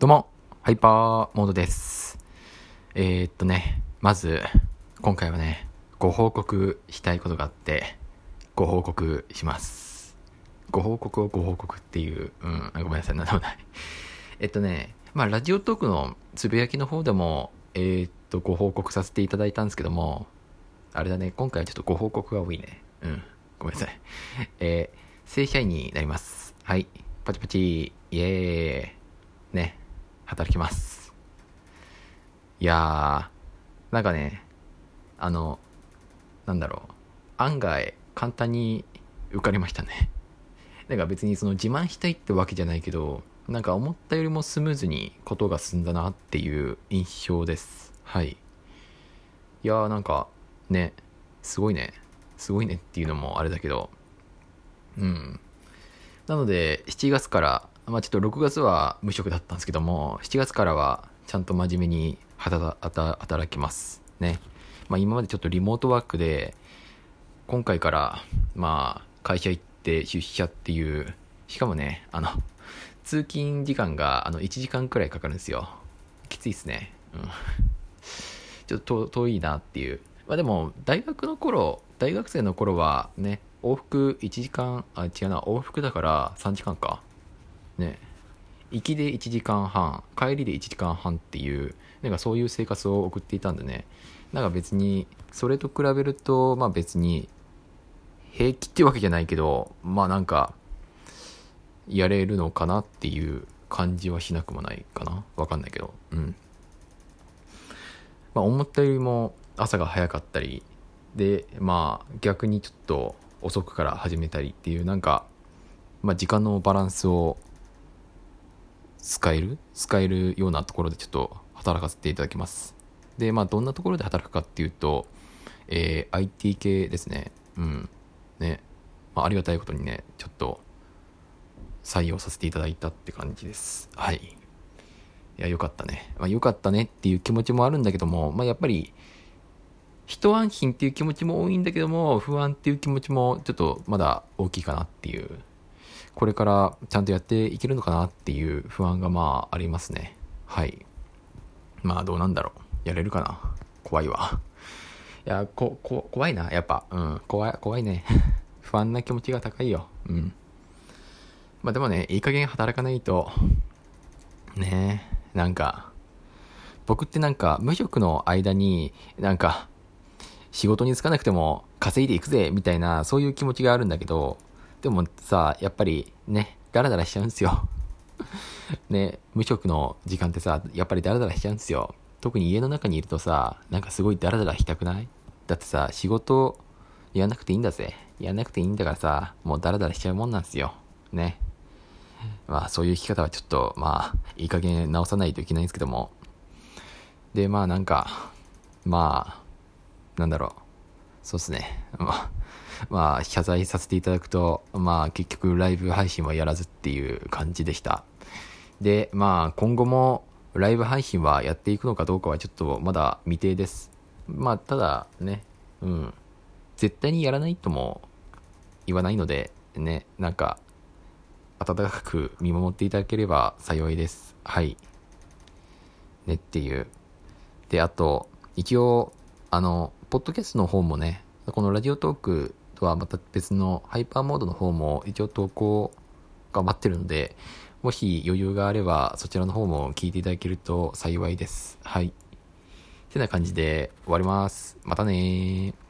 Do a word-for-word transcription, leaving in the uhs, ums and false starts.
どうも、ハイパーモードです。えー、っとね、まず、今回はね、ご報告したいことがあって、ご報告します。ご報告をご報告っていう、うん、ごめんなさい、なんでもない。えっとね、まあ、ラジオトークのつぶやきの方でも、えー、っと、ご報告させていただいたんですけども、あれだね、今回はちょっとご報告が多いね。うん、ごめんなさい。えー、正社員になります。はい、パチパチ、イエーイ。ね。働きます。いやー、なんかね、あの、なんだろう、案外簡単に受かりましたね。なんか別にその自慢したいってわけじゃないけど、なんか思ったよりもスムーズにことが進んだなっていう印象です。はい。いやーなんかね、すごいね、すごいねっていうのもあれだけど、うん。なのでしちがつから、まあちょっとろくがつは無職だったんですけども、しちがつからはちゃんと真面目に働働きますね。まあ今までちょっとリモートワークで、今回からまあ会社行って出社っていう、しかもね、あの通勤時間があのいちじかんくらいかかるんですよ。きついっすね。うん。ちょっと遠いなっていう。まあでも大学の頃、大学生の頃はね、往復いちじかん、あ、違うな、往復だからさんじかんか。ね。行きでいちじかんはん、帰りでいちじかんはんっていう、なんかそういう生活を送っていたんでね。なんか別に、それと比べると、まあ別に、平気っていうわけじゃないけど、まあなんか、やれるのかなっていう感じはしなくもないかな。わかんないけど。うん。まあ思ったよりも朝が早かったり、で、まあ逆にちょっと遅くから始めたりっていう、なんか、まあ時間のバランスを使える使えるようなところでちょっと働かせていただきます。で、まあどんなところで働くかっていうと、えー、アイティー 系ですね。うん。ね。まあ、ありがたいことにね、ちょっと採用させていただいたって感じです。はい。いや、よかったね。まあ、よかったねっていう気持ちもあるんだけども、まあ、やっぱり、一安心っていう気持ちも多いんだけども、不安っていう気持ちもちょっとまだ大きいかなっていう、これからちゃんとやっていけるのかなっていう不安がまあありますね。はい。まあどうなんだろう。やれるかな。怖いわ。いや、こ、こ、怖いな。やっぱ。うん。怖い、怖いね。不安な気持ちが高いよ。うん。まあでもね、いい加減働かないと、ねえ、なんか、僕ってなんか無職の間に、なんか、仕事に就かなくても稼いでいくぜ、みたいな、そういう気持ちがあるんだけど、でもさ、やっぱりね、ダラダラしちゃうんですよ。ね、無職の時間ってさ、やっぱりダラダラしちゃうんですよ。特に家の中にいるとさ、なんかすごいダラダラしたくない？だってさ、仕事やんなくていいんだぜ。やんなくていいんだからさ、もうダラダラしちゃうもんなんですよ。ね。まあそういう生き方はちょっと、まあ、いい加減直さないといけないんですけども。で、まあなんか、まあ、なんだろう。そうっすね。まあ、まあ、謝罪させていただくと、まあ結局ライブ配信はやらずっていう感じでした。で、まあ今後もライブ配信はやっていくのかどうかはちょっとまだ未定です。まあただね、うん。絶対にやらないとも言わないので、ね、なんか、温かく見守っていただければ幸いです。はい。ねっていう。で、あと、一応、あの、ポッドキャストの方もね、このラジオトークとはまた別のハイパーモードの方も一応投稿頑張ってるので、もし余裕があればそちらの方も聞いていただけると幸いです。はい。てな感じで終わります。またねー。